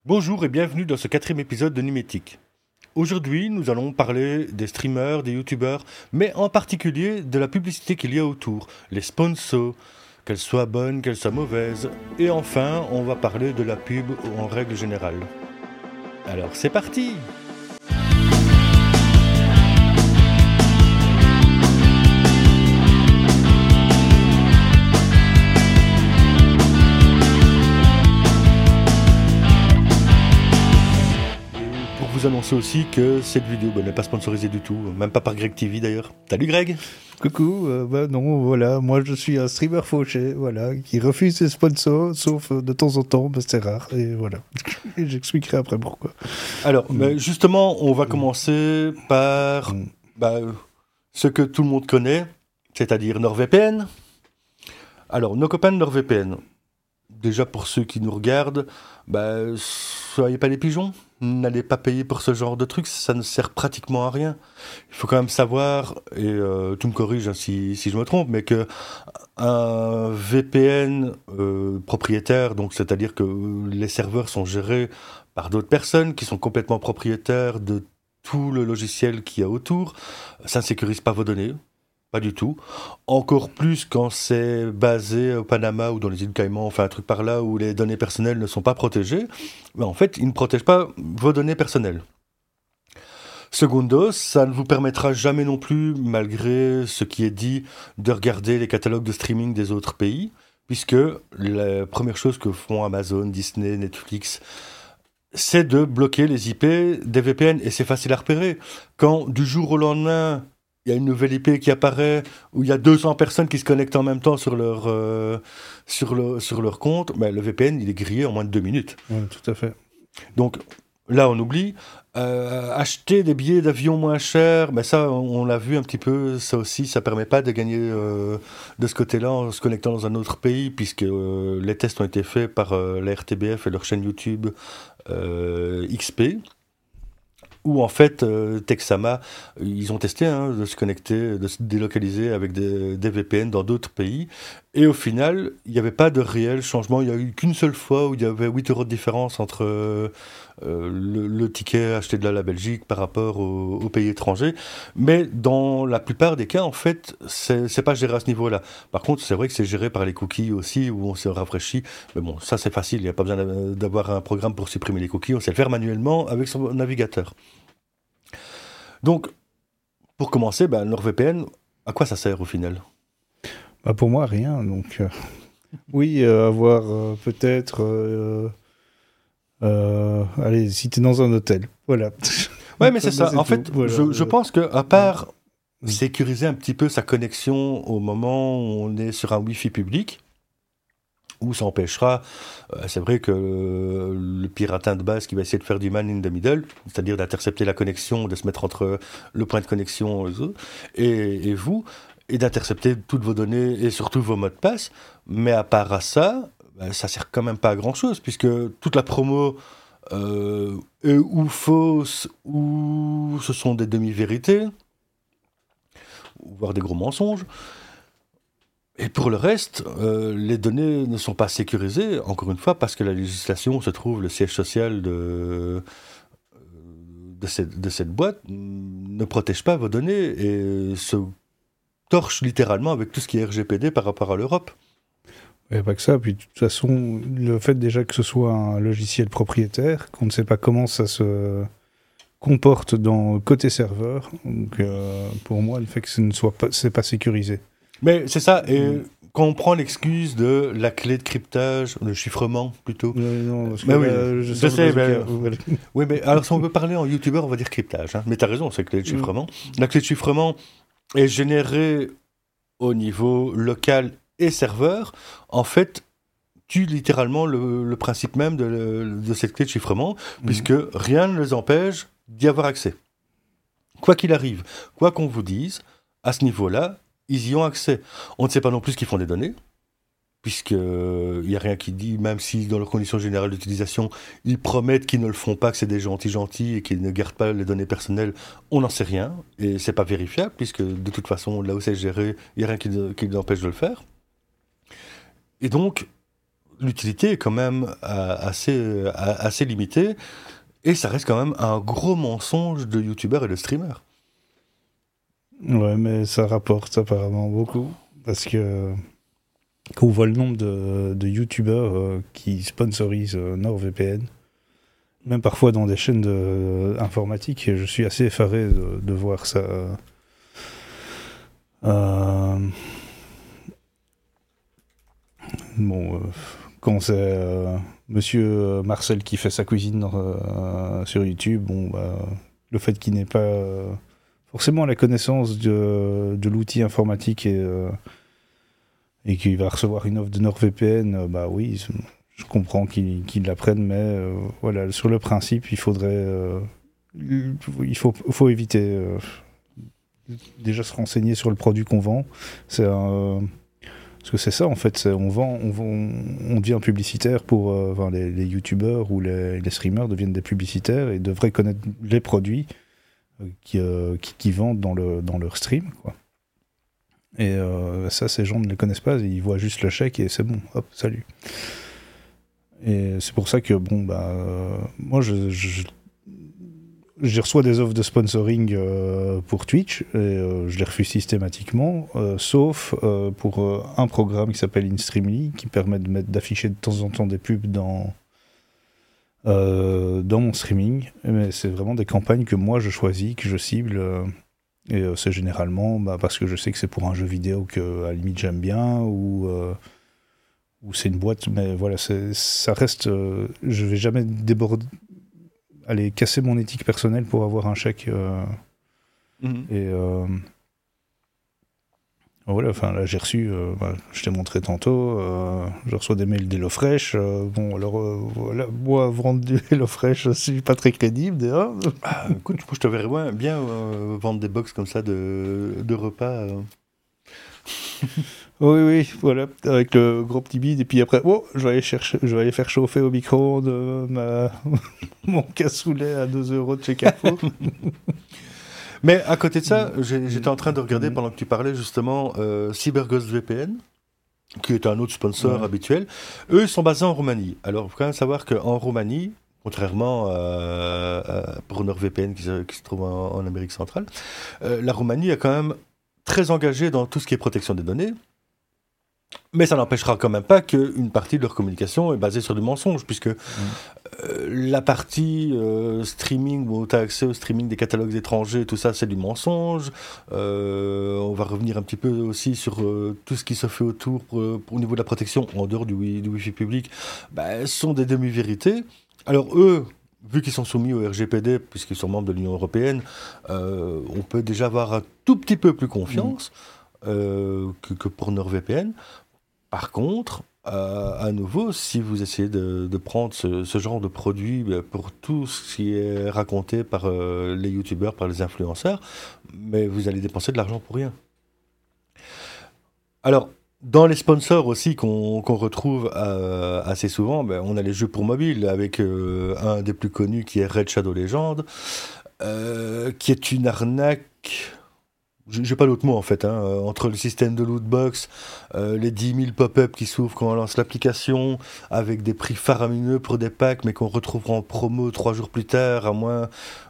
Bonjour et bienvenue dans ce 4e épisode de Numétique. Aujourd'hui, nous allons parler des streamers, des youtubeurs, mais en particulier de la publicité qu'il y a autour, les sponsors, qu'elles soient bonnes, qu'elles soient mauvaises, et enfin, on va parler de la pub en règle générale. Alors c'est parti! Vous annoncer aussi que cette vidéo n'est pas sponsorisée du tout, même pas par Greg TV d'ailleurs. Salut Greg. Coucou, non, voilà, moi je suis un streamer fauché, voilà, qui refuse ses sponsors, sauf de temps en temps, mais c'est rare, et voilà. Et j'expliquerai après pourquoi. Alors, justement, on va commencer par ce que tout le monde connaît, c'est-à-dire NordVPN. Alors, nos copains de NordVPN, déjà pour ceux qui nous regardent, soyez pas des pigeons. N'allez pas payer pour ce genre de trucs, ça ne sert pratiquement à rien. Il faut quand même savoir, et tu me corriges hein, si je me trompe, mais que un VPN propriétaire, donc c'est-à-dire que les serveurs sont gérés par d'autres personnes qui sont complètement propriétaires de tout le logiciel qu'il y a autour, ça ne sécurise pas vos données. Pas du tout. Encore plus quand c'est basé au Panama ou dans les îles Caïmans, enfin un truc par là où les données personnelles ne sont pas protégées. En fait, ils ne protègent pas vos données personnelles. Secondo, ça ne vous permettra jamais non plus, malgré ce qui est dit, de regarder les catalogues de streaming des autres pays, puisque la première chose que font Amazon, Disney, Netflix, c'est de bloquer les IP des VPN, et c'est facile à repérer. Quand du jour au lendemain, il y a une nouvelle IP qui apparaît, où il y a 200 personnes qui se connectent en même temps sur leur compte, le VPN, il est grillé en moins de 2 minutes. Oui, tout à fait. Donc là, on oublie. Acheter des billets d'avion moins chers, ça, on l'a vu un petit peu, ça aussi, ça permet pas de gagner de ce côté-là en se connectant dans un autre pays, puisque les tests ont été faits par la RTBF et leur chaîne YouTube XP. Où en fait, Texama, ils ont testé de se connecter, de se délocaliser avec des VPN dans d'autres pays. Et au final, il n'y avait pas de réel changement. Il n'y a eu qu'une seule fois où il y avait 8 € de différence entre le ticket acheté de la Belgique par rapport aux pays étrangers. Mais dans la plupart des cas, en fait, c'est pas géré à ce niveau-là. Par contre, c'est vrai que c'est géré par les cookies aussi, où on se rafraîchit. Mais bon, ça c'est facile. Il n'y a pas besoin d'avoir un programme pour supprimer les cookies. On sait le faire manuellement avec son navigateur. Donc, pour commencer, NordVPN, à quoi ça sert au final ? Pour moi, rien. Donc, oui, avoir peut-être... allez, si t'es dans un hôtel, voilà. Ouais, mais c'est ça. En fait, voilà. je pense qu'à part sécuriser un petit peu sa connexion au moment où on est sur un Wi-Fi public, où ça empêchera, c'est vrai que le piratin de base qui va essayer de faire du man in the middle, c'est-à-dire d'intercepter la connexion, de se mettre entre le point de connexion et vous, et d'intercepter toutes vos données et surtout vos mots de passe. Mais à part à ça, ça sert quand même pas à grand-chose, puisque toute la promo est ou fausse, ou ce sont des demi-vérités, voire des gros mensonges. Et pour le reste, les données ne sont pas sécurisées, encore une fois, parce que la législation se trouve, le siège social de cette boîte ne protège pas vos données et se torche littéralement avec tout ce qui est RGPD par rapport à l'Europe. Et pas que ça, puis de toute façon, le fait déjà que ce soit un logiciel propriétaire, qu'on ne sait pas comment ça se comporte dans côté serveur, donc pour moi, le fait que ce ne soit pas, c'est pas sécurisé. Mais c'est ça, et quand on prend l'excuse de la clé de cryptage, le chiffrement plutôt. Non, parce que je sais, oui, mais alors si on veut parler en youtubeur, on va dire cryptage. Hein. Mais t'as raison, c'est clé de chiffrement. La clé de chiffrement est générée au niveau local et serveur. En fait, tue littéralement le principe même de cette clé de chiffrement, puisque rien ne les empêche d'y avoir accès. Quoi qu'il arrive, quoi qu'on vous dise, à ce niveau-là, ils y ont accès. On ne sait pas non plus ce qu'ils font des données, puisqu'il n'y a rien qui dit, même si dans leurs conditions générales d'utilisation, ils promettent qu'ils ne le font pas, que c'est des gentils et qu'ils ne gardent pas les données personnelles, on n'en sait rien, et c'est pas vérifiable, puisque de toute façon, là où c'est géré, il n'y a rien qui les empêche de le faire. Et donc, l'utilité est quand même assez limitée, et ça reste quand même un gros mensonge de youtubeurs et de streamers. Ouais, mais ça rapporte apparemment beaucoup, parce que quand on voit le nombre de youtubeurs qui sponsorisent NordVPN, même parfois dans des chaînes informatiques, je suis assez effaré de voir ça. Quand c'est Monsieur Marcel qui fait sa cuisine sur YouTube, le fait qu'il n'ait pas forcément la connaissance de l'outil informatique et qu'il va recevoir une offre de NordVPN, oui, je comprends qu'il l'apprenne, mais voilà, sur le principe, il faut éviter déjà se renseigner sur le produit qu'on vend. Parce que c'est ça en fait, on devient publicitaire pour les youtubeurs ou les streamers deviennent des publicitaires et devraient connaître les produits qui vendent dans leur stream, quoi. Et ça, ces gens ne les connaissent pas, ils voient juste le chèque et c'est bon, hop, salut. Et c'est pour ça que moi je reçois des offres de sponsoring pour Twitch et je les refuse systématiquement, sauf pour un programme qui s'appelle InStreamly qui permet d'afficher de temps en temps des pubs dans mon streaming. Mais c'est vraiment des campagnes que moi je choisis, que je cible, et c'est généralement parce que je sais que c'est pour un jeu vidéo que à la limite j'aime bien ou c'est une boîte, mais voilà, ça reste. Je vais jamais aller casser mon éthique personnelle pour avoir un chèque. Et voilà, enfin là j'ai reçu, je t'ai montré tantôt, je reçois des mails d'HelloFresh. Voilà, moi vendre du HelloFresh, je suis pas très crédible déjà. Écoute, je te verrais bien vendre des box comme ça de repas. Oui, voilà, avec le gros petit bide, et puis après, je vais aller faire chauffer au micro-ondes mon cassoulet à 2 € de chez Carrefour. Mais à côté de ça, j'étais en train de regarder pendant que tu parlais justement CyberGhost VPN, qui est un autre sponsor habituel. Eux, ils sont basés en Roumanie. Alors, il faut quand même savoir qu'en Roumanie, contrairement pour NordVPN qui se trouve en Amérique centrale, la Roumanie est quand même très engagée dans tout ce qui est protection des données. Mais ça n'empêchera quand même pas qu'une partie de leur communication est basée sur du mensonge, puisque la partie streaming, où tu as accès au streaming des catalogues étrangers, tout ça, c'est du mensonge. On va revenir un petit peu aussi sur tout ce qui se fait autour au niveau de la protection, en dehors du Wi-Fi public, sont des demi-vérités. Alors eux, vu qu'ils sont soumis au RGPD, puisqu'ils sont membres de l'Union européenne, on peut déjà avoir un tout petit peu plus confiance que pour NordVPN. Par contre, à nouveau, si vous essayez de prendre ce genre de produit pour tout ce qui est raconté par les youtubeurs, par les influenceurs, mais vous allez dépenser de l'argent pour rien. Alors, dans les sponsors aussi qu'on retrouve assez souvent, on a les jeux pour mobile, avec un des plus connus qui est Red Shadow Legends, qui est une arnaque... J'ai pas d'autre mot en fait, entre le système de lootbox, les 10 000 pop-up qui s'ouvrent quand on lance l'application, avec des prix faramineux pour des packs, mais qu'on retrouvera en promo 3 jours plus tard à moins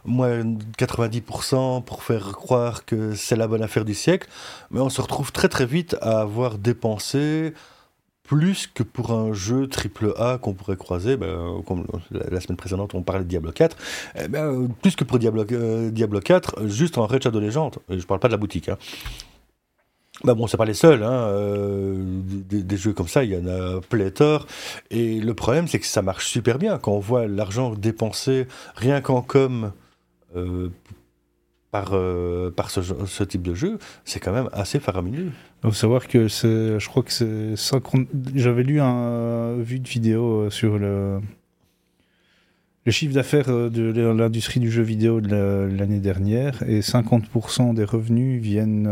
90% pour faire croire que c'est la bonne affaire du siècle. Mais on se retrouve très très vite à avoir dépensé plus que pour un jeu AAA qu'on pourrait croiser, comme la semaine précédente on parlait de Diablo 4, plus que pour Diablo 4, juste en Red Shadow Legends, et je parle pas de la boutique. C'est pas les seuls, des jeux comme ça, il y en a pléthore, et le problème c'est que ça marche super bien, quand on voit l'argent dépensé rien qu'en com par ce type de jeu, c'est quand même assez faramineux. Il faut savoir que je crois que c'est 50... J'avais vu une vidéo sur le chiffre d'affaires de l'industrie du jeu vidéo de l'année dernière, et 50% des revenus viennent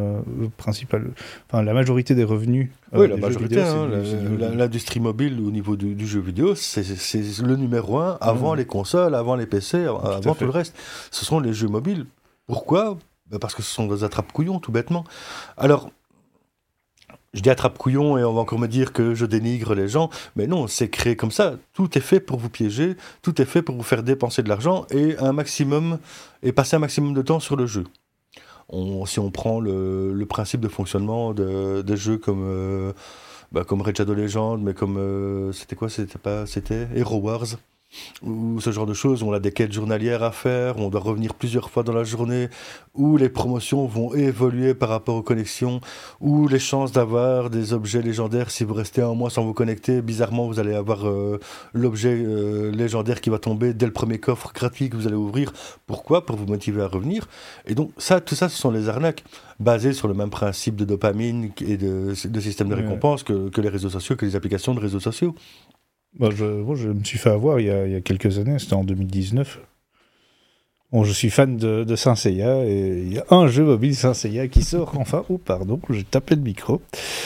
la majorité des revenus. Oui, la majorité, l'industrie mobile au niveau du jeu vidéo, c'est le numéro 1 avant les consoles, avant les PC, avant tout le reste. Ce sont les jeux mobiles. Pourquoi ? Parce que ce sont des attrape-couillons, tout bêtement. Alors, je dis attrape-couillon et on va encore me dire que je dénigre les gens, mais non, c'est créé comme ça. Tout est fait pour vous piéger, tout est fait pour vous faire dépenser de l'argent et passer un maximum de temps sur le jeu. Si on prend le principe de fonctionnement des jeux comme Raid Shadow Legends, mais comme c'était Hero Wars, ou ce genre de choses, où on a des quêtes journalières à faire, où on doit revenir plusieurs fois dans la journée, où les promotions vont évoluer par rapport aux connexions, où les chances d'avoir des objets légendaires, si vous restez un mois sans vous connecter, bizarrement vous allez avoir l'objet légendaire qui va tomber dès le premier coffre gratuit que vous allez ouvrir. Pourquoi ? Pour vous motiver à revenir. Et donc tout ça, ce sont les arnaques basées sur le même principe de dopamine et de système de récompense que les réseaux sociaux, que les applications de réseaux sociaux. Je me suis fait avoir il y a quelques années, c'était en 2019. Bon, je suis fan de Saint Seiya et il y a un jeu mobile Saint Seiya qui sort enfin. Oh, pardon, j'ai tapé le micro.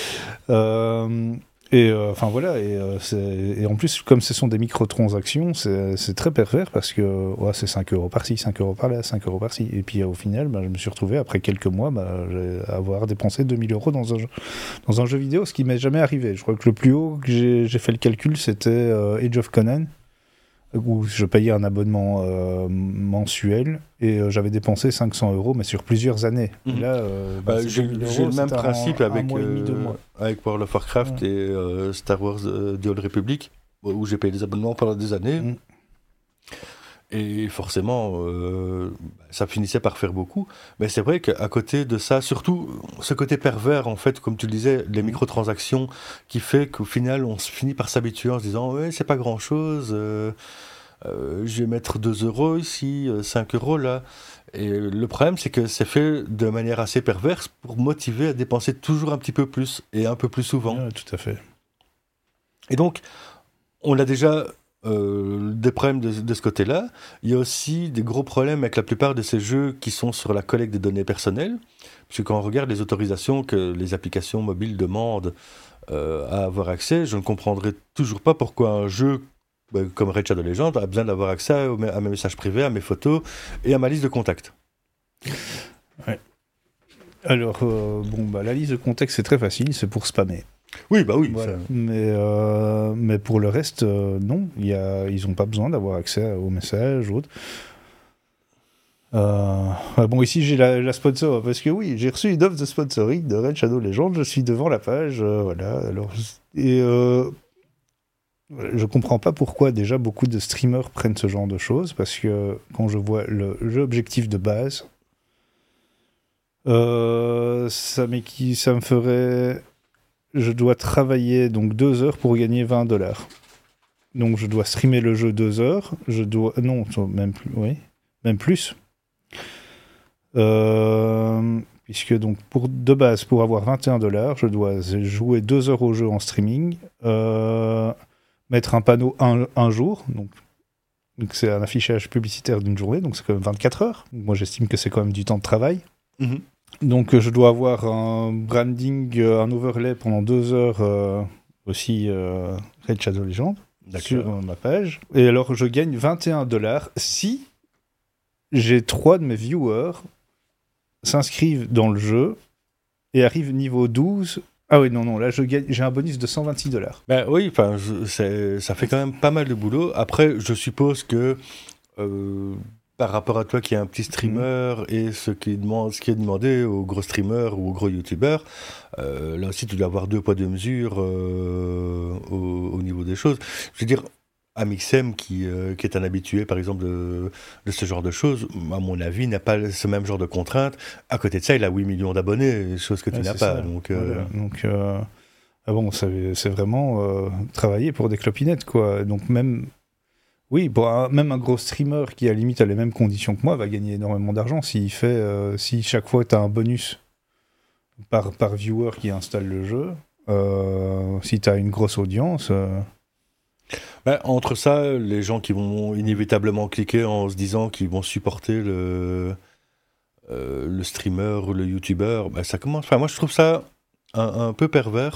Voilà. Et en plus, comme ce sont des microtransactions, c'est très pervers parce que c'est 5 € par-ci, 5 € par-là, 5 € par-ci. Et puis au final, je me suis retrouvé, après quelques mois, à avoir dépensé 2 000 € dans un jeu vidéo, ce qui m'est jamais arrivé. Je crois que le plus haut que j'ai fait le calcul, c'était Age of Conan, où je payais un abonnement mensuel et j'avais dépensé 500 €, mais sur plusieurs années. Mmh. Là, j'ai le même principe avec World of Warcraft et Star Wars The Old Republic, où j'ai payé des abonnements pendant des années. Mmh. Et forcément, ça finissait par faire beaucoup. Mais c'est vrai qu'à côté de ça, surtout ce côté pervers, en fait, comme tu le disais, les microtransactions, qui fait qu'au final, on finit par s'habituer en se disant « Ouais, c'est pas grand-chose, je vais mettre 2 € ici, 5 € là ». Et le problème, c'est que c'est fait de manière assez perverse pour motiver à dépenser toujours un petit peu plus et un peu plus souvent. Ouais, tout à fait. Et donc, on a déjà des problèmes de ce côté-là. Il y a aussi des gros problèmes avec la plupart de ces jeux qui sont sur la collecte des données personnelles. Parce que quand on regarde les autorisations que les applications mobiles demandent à avoir accès, je ne comprendrai toujours pas pourquoi un jeu comme Raid Shadow Legends a besoin d'avoir accès à mes messages privés, à mes photos et à ma liste de contacts. Ouais. Alors, la liste de contacts, c'est très facile, c'est pour spammer. Oui, bah oui. Voilà. Mais pour le reste, non. Ils n'ont pas besoin d'avoir accès aux messages ou autres. Ici, j'ai la sponsor, parce que oui, j'ai reçu une offre de sponsoring de Raid Shadow Legends, je suis devant la page, voilà. Alors, je comprends pas pourquoi déjà beaucoup de streamers prennent ce genre de choses, parce que quand je vois l'objectif de base, ça me ferait... Je dois travailler donc 2 heures pour gagner 20 $. Donc je dois streamer le jeu 2 heures. Non, même plus. Oui, même plus. Puisque donc de base, pour avoir 21 $, je dois jouer 2 heures au jeu en streaming, mettre un panneau un jour. Donc c'est un affichage publicitaire d'une journée, donc c'est quand même 24 heures. Moi j'estime que c'est quand même du temps de travail. Mm-hmm. Donc je dois avoir un branding, un overlay pendant 2 heures aussi Raid Shadow Legends sur ma page. Et alors je gagne 21 $ si j'ai 3 de mes viewers s'inscrivent dans le jeu et arrivent niveau 12. Ah oui, non, là j'ai un bonus de 126 $. Ben oui, ça fait quand même pas mal de boulot. Après, je suppose que par rapport à toi qui est un petit streamer et ce qui est demandé aux gros streamers ou aux gros youtubeurs, là aussi tu dois avoir 2 poids 2 mesures au niveau des choses. Je veux dire, Amixem qui est un habitué par exemple de ce genre de choses, à mon avis n'a pas ce même genre de contraintes. À côté de ça, il a 8 millions d'abonnés, chose que tu n'as pas. C'est vraiment travailler pour des clopinettes, quoi. Donc même... Oui, même un gros streamer qui à limite a les mêmes conditions que moi va gagner énormément d'argent si chaque fois tu as un bonus par viewer qui installe le jeu, si tu as une grosse audience. Entre ça, les gens qui vont inévitablement cliquer en se disant qu'ils vont supporter le streamer ou le youtubeur, ça commence. Enfin, moi je trouve ça un peu pervers,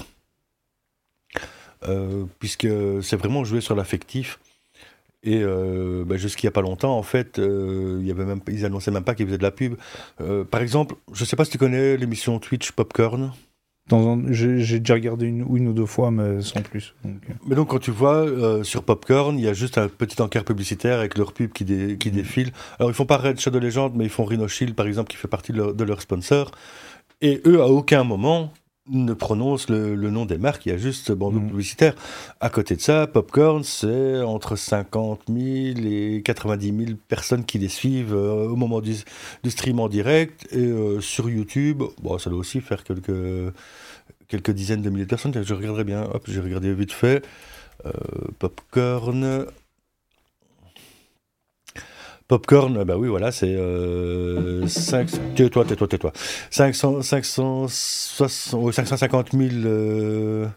puisque c'est vraiment jouer sur l'affectif. Et jusqu'il n'y a pas longtemps, en fait, ils annonçaient même pas qu'ils faisaient de la pub. Par exemple, je ne sais pas si tu connais l'émission Twitch Popcorn. J'ai déjà regardé une ou deux fois, mais sans plus. Mais donc, quand tu vois, sur Popcorn, il y a juste un petit encart publicitaire avec leur pub qui défile. Alors, ils font pas Raid Shadow Legends, mais ils font Rhino Shield, par exemple, qui fait partie de leur sponsor. Et eux, à aucun moment, ne prononcent le nom des marques, il y a juste ce bandeau publicitaire. À côté de ça, Popcorn, c'est entre 50 000 et 90 000 personnes qui les suivent au moment du stream en direct. Et sur YouTube, bon, ça doit aussi faire quelques dizaines de milliers de personnes. Je regarderai bien, hop, j'ai regardé vite fait. Popcorn, bah oui, voilà, c'est 550 000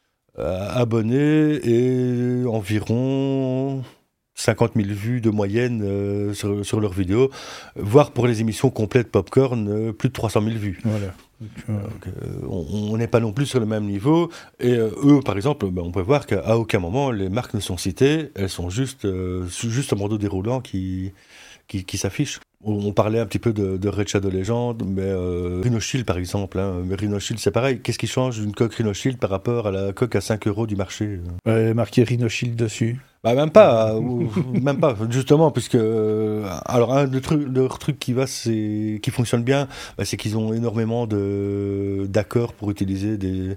abonnés et environ 50 000 vues de moyenne sur leurs vidéos, voire pour les émissions complètes Popcorn, plus de 300 000 vues. Voilà. Donc, on n'est pas non plus sur le même niveau. Et eux, par exemple, on peut voir qu'à aucun moment les marques ne sont citées, elles sont juste un bandeau déroulant qui s'affiche. On parlait un petit peu de Raid Shadow Legends, mais Rhino Shield par exemple. Mais Rhino Shield, c'est pareil. Qu'est-ce qui change d'une coque Rhino Shield par rapport à la coque à 5 € du marché? Marqué Rhino Shield dessus. Bah, même pas, même pas, justement, puisque alors un leur truc qui fonctionne bien, bah, c'est qu'ils ont énormément d'accords pour utiliser des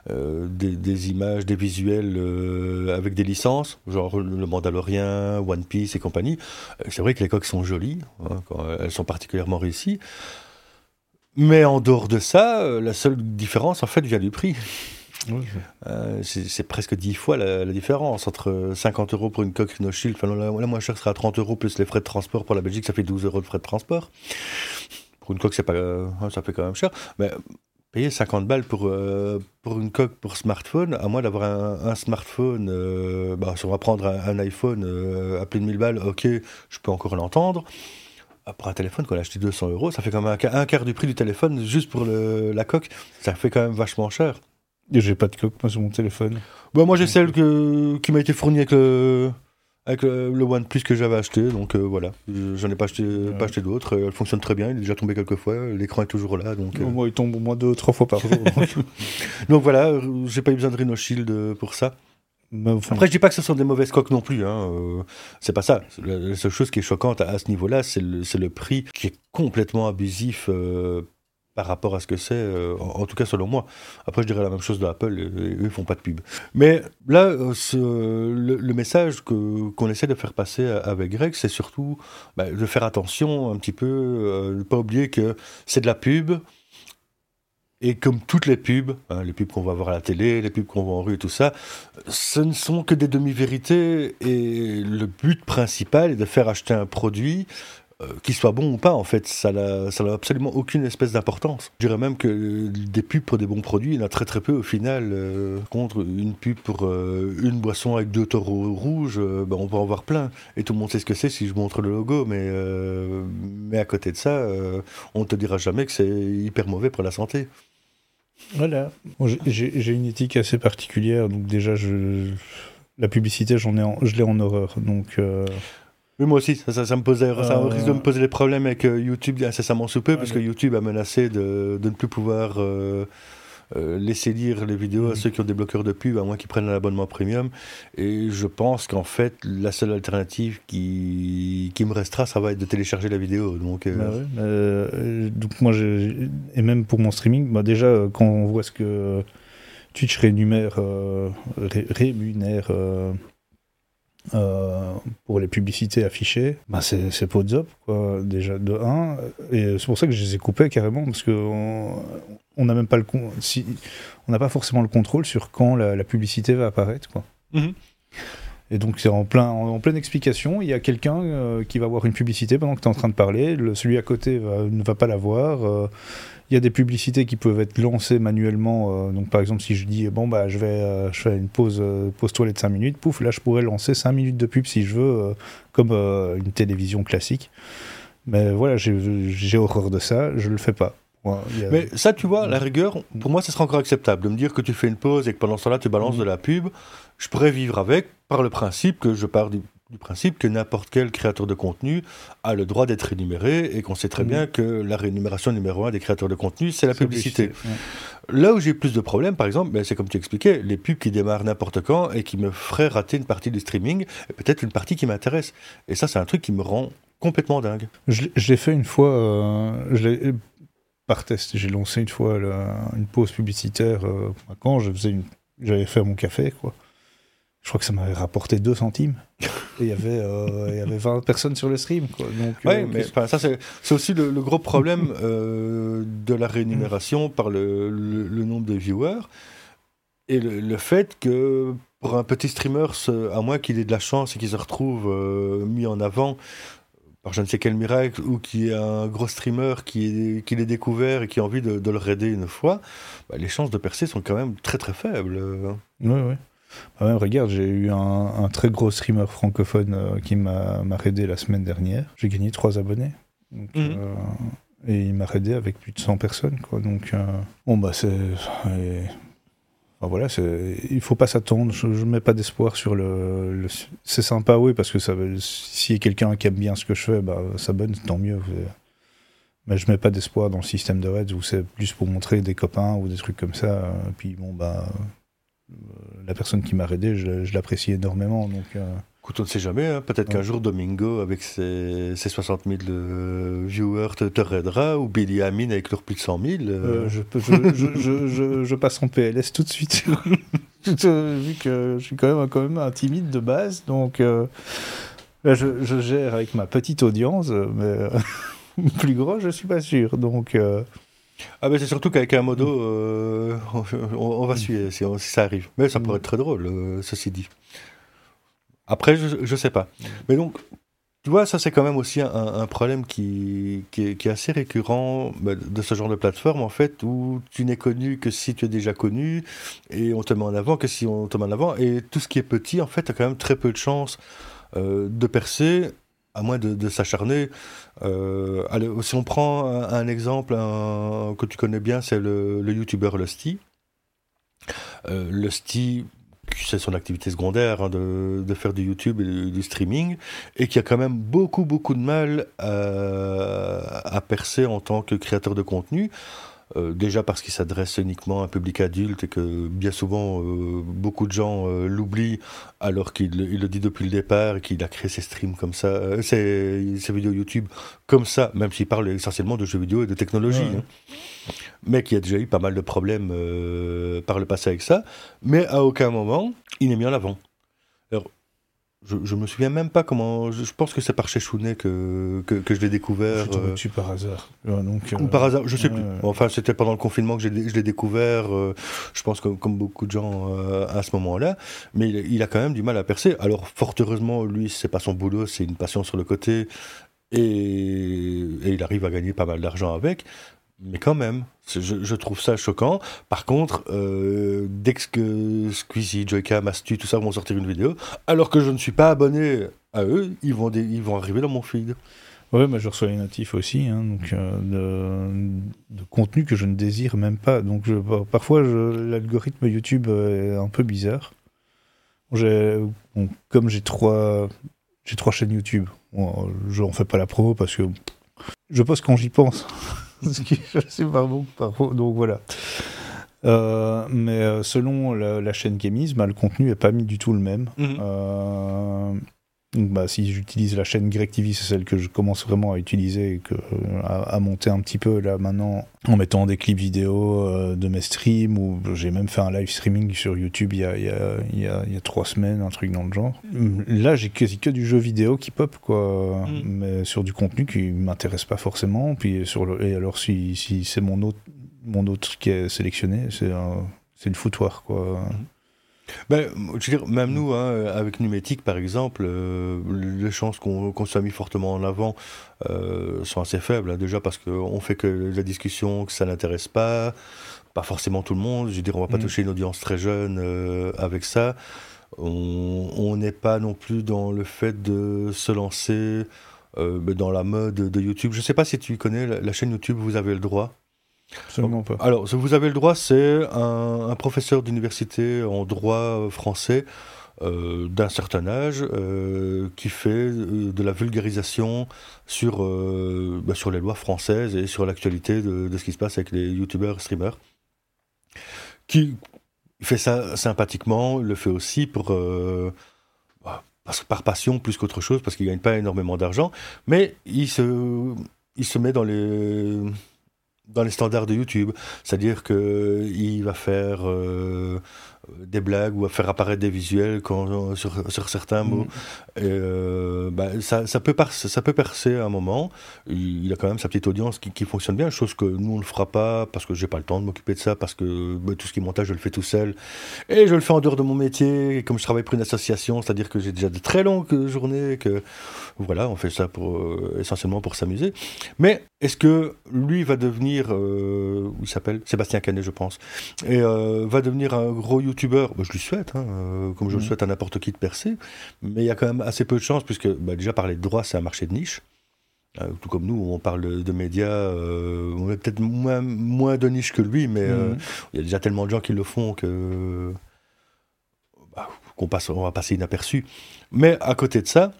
images, des visuels avec des licences, genre le Mandalorian, One Piece et compagnie. C'est vrai que les coques sont jolies, elles sont particulièrement réussies, mais en dehors de ça, la seule différence en fait vient du prix. Oui. C'est presque 10 fois la différence entre 50 € pour une coque Rhino Shield. Enfin, la moins chère sera à 30 € plus les frais de transport. Pour la Belgique, ça fait 12 € de frais de transport. Pour une coque, ça fait quand même cher. Mais payer 50 balles pour une coque pour smartphone, à moins d'avoir un smartphone, si on va prendre un iPhone à plus de 1000 balles, ok, je peux encore l'entendre. Pour un téléphone qu'on a acheté 200 €, ça fait quand même un quart du prix du téléphone juste pour la coque. Ça fait quand même vachement cher. Et j'ai pas de coque moi, sur mon téléphone. Bon, moi j'ai celle qui m'a été fournie avec le OnePlus que j'avais acheté, donc voilà. J'en ai pas acheté d'autres. Elle fonctionne très bien, il est déjà tombé quelques fois, l'écran est toujours là. Donc, Moi il tombe au moins 2 ou 3 fois par jour. Donc voilà, j'ai pas eu besoin de Rhino Shield pour ça. Après, je dis pas que ce sont des mauvaises coques non plus, c'est pas ça. La seule chose qui est choquante à ce niveau-là, c'est le prix qui est complètement abusif par rapport à ce que c'est, en tout cas selon moi. Après, je dirais la même chose d'Apple, eux ils font pas de pub. Mais là, le message qu'on essaie de faire passer avec Greg, c'est surtout de faire attention un petit peu, ne pas oublier que c'est de la pub. Et comme toutes les pubs qu'on va voir à la télé, les pubs qu'on voit en rue et tout ça, ce ne sont que des demi-vérités. Et le but principal est de faire acheter un produit qu'il soit bon ou pas, en fait. Ça n'a absolument aucune espèce d'importance. Je dirais même que des pubs pour des bons produits, il y en a très très peu au final. Contre une pub pour une boisson avec 2 taureaux rouges, on peut en voir plein. Et tout le monde sait ce que c'est si je montre le logo. Mais à côté de ça, on ne te dira jamais que c'est hyper mauvais pour la santé. Voilà. Bon, j'ai une éthique assez particulière, donc déjà, la publicité, je l'ai en horreur. Donc, Oui, moi aussi, ça risque de me poser des problèmes avec YouTube incessamment sous peu, parce que YouTube a menacé de ne plus pouvoir laisser lire les vidéos à ceux qui ont des bloqueurs de pub, à moins qu'ils prennent un abonnement premium. Et je pense qu'en fait, la seule alternative qui me restera, ça va être de télécharger la vidéo. Donc, donc moi, et même pour mon streaming, déjà, quand on voit ce que Twitch rémunère pour les publicités affichées, c'est pas de zop, quoi, déjà de 1. Et c'est pour ça que je les ai coupées carrément, parce que on n'a même pas on n'a pas forcément le contrôle sur quand la publicité va apparaître, quoi. Mm-hmm. Et donc c'est en pleine explication, il y a quelqu'un qui va voir une publicité pendant que tu es en train de parler, celui à côté ne va pas la voir. Il y a des publicités qui peuvent être lancées manuellement. Donc, par exemple, si je dis, je fais une pause toilette 5 minutes, pouf, là, je pourrais lancer 5 minutes de pub si je veux, comme une télévision classique. Mais voilà, j'ai horreur de ça, je le fais pas. Mais ça, tu vois, la rigueur, pour moi, ce serait encore acceptable. De me dire que tu fais une pause et que pendant ce temps-là, tu balances de la pub, je pourrais vivre avec, par le principe que je pars du principe que n'importe quel créateur de contenu a le droit d'être rémunéré et qu'on sait très bien que la rémunération numéro 1 des créateurs de contenu, c'est la publicité. là où j'ai plus de problèmes, par exemple, ben, c'est comme tu expliquais, les pubs qui démarrent n'importe quand et qui me feraient rater une partie du streaming, et peut-être une partie qui m'intéresse. Et ça, c'est un truc qui me rend complètement dingue. Je l'ai fait une fois, par test. J'ai lancé une fois une pause publicitaire quand j'allais faire mon café, quoi. Je crois que ça m'avait rapporté 2 centimes. Et il y avait 20 personnes sur le stream, quoi. Donc, oui, mais ça, c'est aussi le gros problème de la rémunération par le nombre de viewers. Et le fait que pour un petit streamer, à moins qu'il ait de la chance et qu'il se retrouve mis en avant par je ne sais quel miracle, ou qu'il y ait un gros streamer qui l'ait découvert et qui a envie de le raider une fois, bah, les chances de percer sont quand même très très faibles. Oui. Ouais, regarde, j'ai eu un très gros streamer francophone qui m'a raidé la semaine dernière. J'ai gagné 3 abonnés. Donc, et il m'a raidé avec plus de 100 personnes, quoi. Donc, bon, bah, enfin, voilà, il faut pas s'attendre. Je mets pas d'espoir sur c'est sympa, oui, parce que s'il y a quelqu'un qui aime bien ce que je fais, bah, ça bonne, tant mieux. Mais je mets pas d'espoir dans le système de raids où c'est plus pour montrer des copains ou des trucs comme ça. Puis bon, bah, la personne qui m'a raidé, je l'apprécie énormément. Donc, écoute, on ne sait jamais, hein. Peut-être qu'un jour Domingo, avec ses 60 000 viewers, te raidera, ou Billy Amin avec leurs plus de 100 000. Je passe en PLS tout de suite. Vu que je suis quand même un timide de base, donc je gère avec ma petite audience, mais plus gros, je suis pas sûr. Donc, ah ben c'est surtout qu'avec un modo, on va suivre si ça arrive. Mais ça pourrait être très drôle, ceci dit. Après, je sais pas. Mais donc, tu vois, ça c'est quand même aussi un problème qui est assez récurrent de ce genre de plateforme, en fait, où tu n'es connu que si tu es déjà connu, et on te met en avant que si on te met en avant. Et tout ce qui est petit, en fait, a quand même très peu de chances de percer, à moins de s'acharner. Allez, si on prend un exemple que tu connais bien, c'est le youtubeur Lusty. Lusty, c'est son activité secondaire, hein, de faire du YouTube et du streaming, et qui a quand même beaucoup de mal à percer en tant que créateur de contenu. Déjà parce qu'il s'adresse uniquement à un public adulte et que bien souvent beaucoup de gens l'oublient, alors qu'il le dit depuis le départ et qu'il a créé ses streams comme ça, ses vidéos YouTube comme ça, même s'il parle essentiellement de jeux vidéo et de technologie, hein. Mais qui a déjà eu pas mal de problèmes par le passé avec ça, mais à aucun moment il n'est mis en avant. Alors, je me souviens même pas comment. Je pense que c'est par chez Chounet que je l'ai découvert. Je suis tombé dessus par hasard. Ou par hasard, je sais plus. Enfin, c'était pendant le confinement que je l'ai découvert. Je pense comme beaucoup de gens à ce moment-là. Mais il a quand même du mal à percer. Alors, fort heureusement, lui, c'est pas son boulot, c'est une passion sur le côté. Et il arrive à gagner pas mal d'argent avec. Mais quand même, je trouve ça choquant. Par contre, dès que Squeezie, Joyka, Mastu, tout ça vont sortir une vidéo, alors que je ne suis pas abonné à eux, ils vont arriver dans mon feed. Ouais, mais je reçois les notifs aussi, hein, donc, de contenu que je ne désire même pas. Donc parfois, l'algorithme YouTube est un peu bizarre. Comme j'ai trois chaînes YouTube, je n'en fais pas la promo parce que je poste quand j'y pense. Je sais pas bon, donc voilà. Mais selon la chaîne Gamise, le contenu n'est pas mis du tout le même. Donc, si j'utilise la chaîne Greg TV, c'est celle que je commence vraiment à utiliser et à monter un petit peu là maintenant, en mettant des clips vidéo de mes streams, ou j'ai même fait un live streaming sur YouTube il y a 3 semaines, un truc dans le genre. Là, j'ai que du jeu vidéo qui pop, quoi, mais sur du contenu qui m'intéresse pas forcément. Puis et alors si c'est mon autre qui est sélectionné, c'est le foutoir, quoi. Ben, je veux dire, même nous, hein, avec Numétique par exemple, les chances qu'on soit mis fortement en avant sont assez faibles, hein, déjà parce qu'on fait que la discussion, que ça n'intéresse pas forcément tout le monde. Je veux dire, on va pas toucher une audience très jeune avec ça. On n'est pas non plus dans le fait de se lancer dans la mode de YouTube. Je sais pas si tu connais la chaîne YouTube Vous avez le droit. Absolument pas. Alors, Vous avez le droit, c'est un professeur d'université en droit français d'un certain âge qui fait de la vulgarisation sur les lois françaises et sur l'actualité de ce qui se passe avec les youtubeurs et streamers. qui fait ça sympathiquement, le fait aussi par passion plus qu'autre chose, parce qu'il ne gagne pas énormément d'argent, mais il se met dans les standards de YouTube. C'est-à-dire qu'il va faire des blagues ou va faire apparaître des visuels sur certains mots. Et, ça peut percer à un moment. Il a quand même sa petite audience qui fonctionne bien, chose que nous on ne le fera pas parce que j'ai pas le temps de m'occuper de ça, parce que tout ce qui est montage je le fais tout seul et je le fais en dehors de mon métier. Et comme je travaille pour une association, c'est-à-dire que j'ai déjà de très longues journées, que voilà, on fait ça essentiellement pour s'amuser. Mais est-ce que lui va devenir, il s'appelle Sébastien Canet je pense, et va devenir un gros youtubeur? Je lui souhaite, comme je le souhaite à n'importe qui de percer, mais il y a quand même assez peu de chance, puisque déjà parler de droit c'est un marché de niche, tout comme nous on parle de médias, on est peut-être moins de niche que lui, mais il y a déjà tellement de gens qui le font on va passer inaperçu. Mais à côté de ça,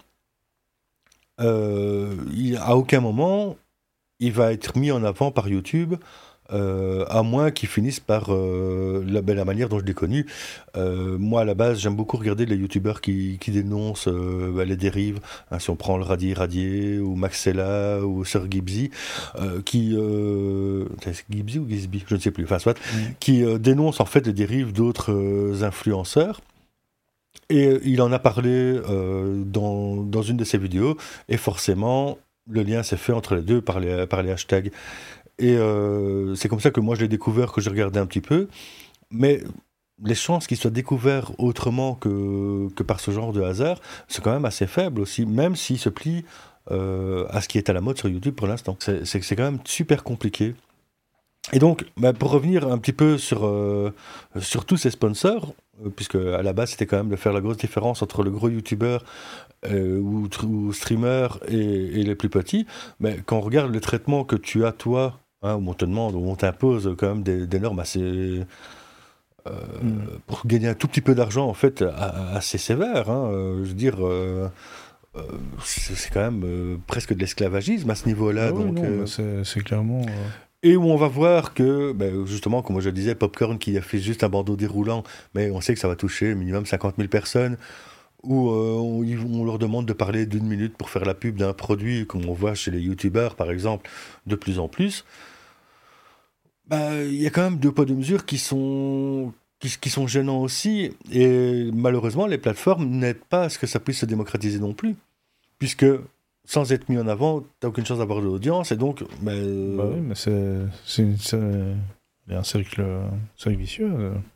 à aucun moment il va être mis en avant par YouTube, à moins qu'ils finissent par la manière dont je l'ai connu. Moi, à la base, j'aime beaucoup regarder les youtubeurs qui dénoncent les dérives. Si on prend le Radier ou Maxella ou Sir Gibbsy, c'est Gibbsy ou Gisby, je ne sais plus, enfin soit, qui dénoncent en fait les dérives d'autres influenceurs. Et il en a parlé dans une de ses vidéos, et forcément, le lien s'est fait entre les deux par les hashtags. Et c'est comme ça que moi je l'ai découvert, que j'ai regardé un petit peu. Mais les chances qu'il soit découvert autrement que par ce genre de hasard, c'est quand même assez faible aussi, même s'il se plie à ce qui est à la mode sur YouTube pour l'instant. C'est quand même super compliqué. Et donc, pour revenir un petit peu sur tous ces sponsors, puisque à la base c'était quand même de faire la grosse différence entre le gros youtubeur ou streamer et les plus petits, mais quand on regarde le traitement que tu as toi, où on te demande, où on t'impose quand même des normes assez pour gagner un tout petit peu d'argent en fait assez sévères, je veux dire c'est quand même presque de l'esclavagisme à ce niveau-là. Oui, donc non, c'est clairement et où on va voir que, justement, comme je disais, Popcorn qui a fait juste un bandeau déroulant, mais on sait que ça va toucher minimum 50 000 personnes, où on leur demande de parler d'1 minute pour faire la pub d'un produit, comme on voit chez les youtubeurs, par exemple, de plus en plus. Il y a quand même deux poids deux mesures qui sont gênants aussi, et malheureusement, les plateformes n'aident pas à ce que ça puisse se démocratiser non plus, puisque sans être mis en avant, t'as aucune chance d'avoir de l'audience, et donc... oui, mais c'est un cercle vicieux.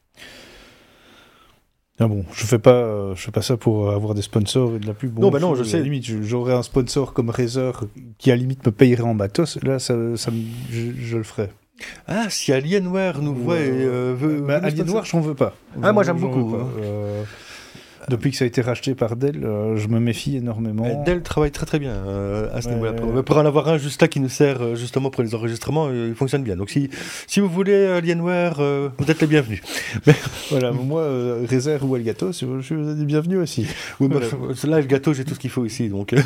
Ah bon, je fais pas ça pour avoir des sponsors et de la pub. Bon, non, je sais. À la limite, j'aurais un sponsor comme Razer qui, à la limite, me payerait en matos. Là, je le ferais. Ah, si Alienware nous voit et veut... Alienware, j'en veux pas. Moi, j'aime beaucoup. Depuis que ça a été racheté par Dell, je me méfie énormément. Dell travaille très très bien à ce niveau-là. Pour en avoir un juste là qui nous sert justement pour les enregistrements, il fonctionne bien. Donc si vous voulez Alienware, vous êtes les bienvenus. Voilà, moi, Razer ou Elgato, je suis les bienvenus aussi. Oui, voilà. Là, Elgato, j'ai tout ce qu'il faut ici. Donc.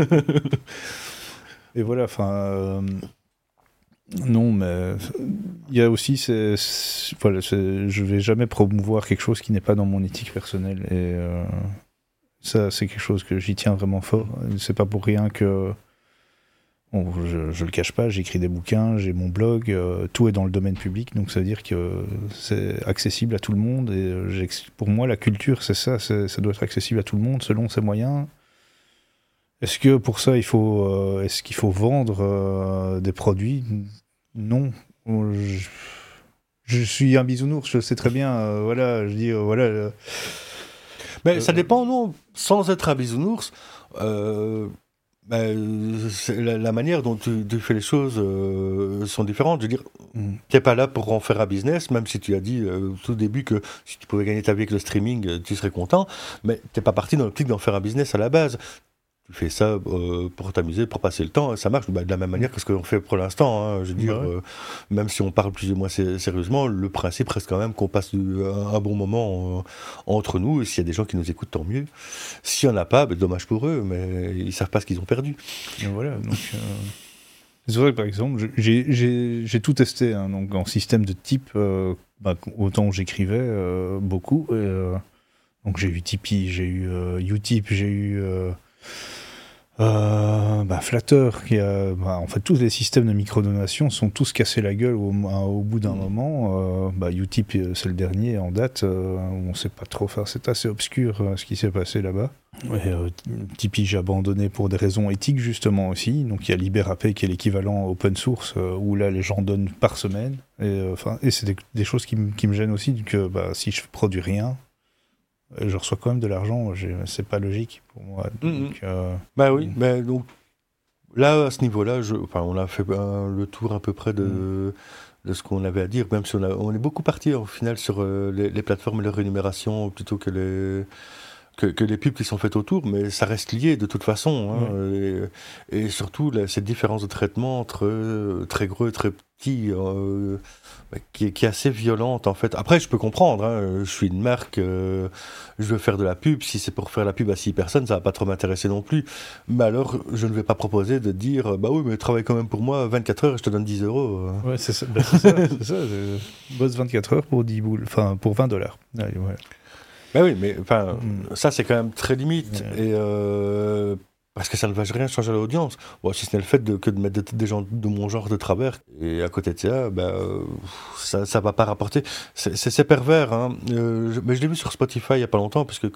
Et voilà, enfin... non, mais il y a aussi, je vais jamais promouvoir quelque chose qui n'est pas dans mon éthique personnelle, et ça, c'est quelque chose que j'y tiens vraiment fort. C'est pas pour rien que, bon, je le cache pas, j'écris des bouquins, j'ai mon blog, tout est dans le domaine public, donc ça veut dire que c'est accessible à tout le monde, et pour moi, la culture, c'est ça, ça doit être accessible à tout le monde selon ses moyens. Est-ce que pour ça, est-ce qu'il faut vendre des produits ? Non. Je suis un bisounours, je sais très bien. Voilà, je dis voilà. Mais ça dépend, non. Sans être un bisounours, la manière dont tu fais les choses sont différentes. Je veux dire, t'es pas là pour en faire un business, même si tu as dit au tout début que si tu pouvais gagner ta vie avec le streaming, tu serais content. Mais t'es pas parti dans l'optique d'en faire un business à la base. Tu fais ça pour t'amuser, pour passer le temps, ça marche de la même manière que ce qu'on fait pour l'instant. Je veux dire, même si on parle plus ou moins sérieusement, le principe reste quand même qu'on passe un bon moment entre nous, et s'il y a des gens qui nous écoutent, tant mieux. S'il n'y en a pas, dommage pour eux, mais ils ne savent pas ce qu'ils ont perdu. Et voilà, donc... C'est vrai que, par exemple, j'ai tout testé, hein, donc en système de type, autant j'écrivais beaucoup. Donc j'ai eu Tipeee, j'ai eu Utip, j'ai eu Flutter, en fait, tous les systèmes de microdonation sont tous cassés la gueule au bout d'un moment. Utip, c'est le dernier en date. On ne sait pas trop faire. C'est assez obscur ce qui s'est passé là-bas. Tipeee, j'ai abandonné pour des raisons éthiques, justement, aussi. Donc il y a LibreAppay qui est l'équivalent open source, où là, les gens donnent par semaine. Et c'est des choses qui me gênent aussi, que si je produis rien, je reçois quand même de l'argent, c'est pas logique pour moi. Donc, oui, mais donc là, à ce niveau-là, on a fait le tour à peu près de ce qu'on avait à dire, même si on est beaucoup parti au final sur les plateformes et leur rémunération plutôt que les pubs qui sont faites autour, mais ça reste lié de toute façon. Hein, et surtout, cette différence de traitement entre très gros et très petit, qui est assez violente en fait. Après, je peux comprendre, hein, je suis une marque, je veux faire de la pub. Si c'est pour faire la pub à 6 personnes, ça va pas trop m'intéresser non plus. Mais alors, je ne vais pas proposer de dire oui, mais travaille quand même pour moi 24 heures et je te donne 10 euros. Ouais, c'est ça. C'est ça. Je bosse 24 heures pour 10 boules, enfin pour $20. Allez, ouais. Ben oui, mais ça c'est quand même très limite. Et parce que ça ne va rien changer à l'audience. Si ce n'est le fait que de mettre des gens de mon genre de travers. Et à côté de ça, ça va pas rapporter. C'est pervers. Hein. Mais je l'ai vu sur Spotify il y a pas longtemps, parce que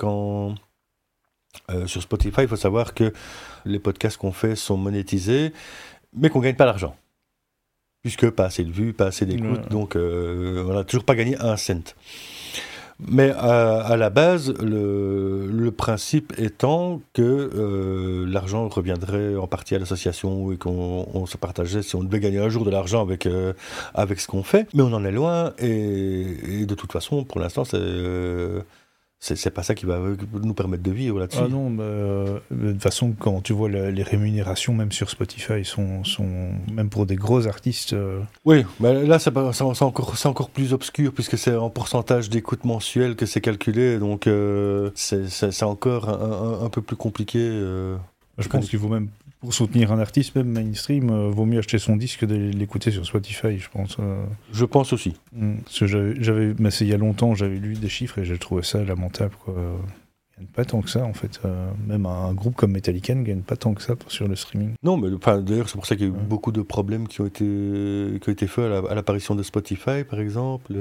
sur Spotify, il faut savoir que les podcasts qu'on fait sont monétisés, mais qu'on gagne pas d'argent. Puisque pas assez de vues, pas assez d'écoute, donc on n'a toujours pas gagné un cent. Mais à la base, le principe étant que l'argent reviendrait en partie à l'association et qu'on se partageait si on devait gagner un jour de l'argent avec ce qu'on fait. Mais on en est loin et de toute façon, pour l'instant, c'est pas ça qui va nous permettre de vivre là-dessus. Ah non, de toute façon, quand tu vois les rémunérations, même sur Spotify, sont même pour des gros artistes. Oui, mais là, c'est encore plus obscur, puisque c'est en pourcentage d'écoute mensuelle que c'est calculé, donc c'est encore un peu plus compliqué. Je pense qu'il vaut même, pour soutenir un artiste, même mainstream, vaut mieux acheter son disque que de l'écouter sur Spotify, je pense. Je pense aussi. Parce que mais c'est il y a longtemps, j'avais lu des chiffres et j'ai trouvé ça lamentable, quoi. Ils gagnent pas tant que ça, en fait. Même un groupe comme Metallica ne gagne pas tant que ça sur le streaming. Non, mais d'ailleurs, c'est pour ça qu'il y a eu beaucoup de problèmes qui ont été faits à l'apparition de Spotify, par exemple.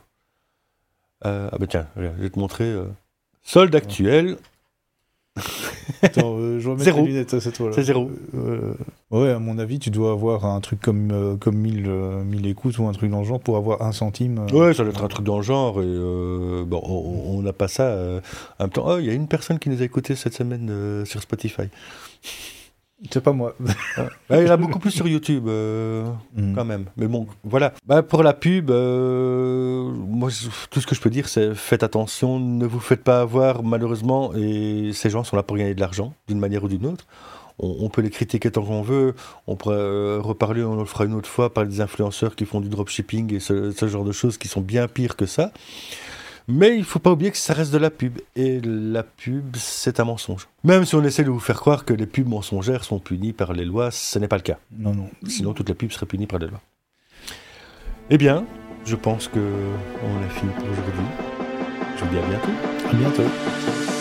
Tiens, regarde, je vais te montrer. Solde actuel. Attends, je remets tes lunettes, c'est toi là. C'est 0. Ouais, à mon avis, tu dois avoir un truc comme 1000 écoutes ou un truc dans le genre pour avoir 1 centime. Ouais, ça doit être un truc dans le genre. Et on n'a pas ça. En même temps, il y a une personne qui nous a écoutés cette semaine sur Spotify. C'est pas moi. Il y en a beaucoup plus sur YouTube, quand même. Mais bon, voilà. Pour la pub, moi, tout ce que je peux dire, c'est faites attention, ne vous faites pas avoir, malheureusement, et ces gens sont là pour gagner de l'argent, d'une manière ou d'une autre. On peut les critiquer tant qu'on veut, on pourrait reparler, on le fera une autre fois, parler des influenceurs qui font du dropshipping et ce genre de choses qui sont bien pires que ça. Mais il ne faut pas oublier que ça reste de la pub. Et la pub, c'est un mensonge. Même si on essaie de vous faire croire que les pubs mensongères sont punies par les lois, ce n'est pas le cas. Non. Sinon, toutes les pubs seraient punies par les lois. Eh bien, je pense qu'on a fini pour aujourd'hui. Je vous dis à bientôt. À bientôt.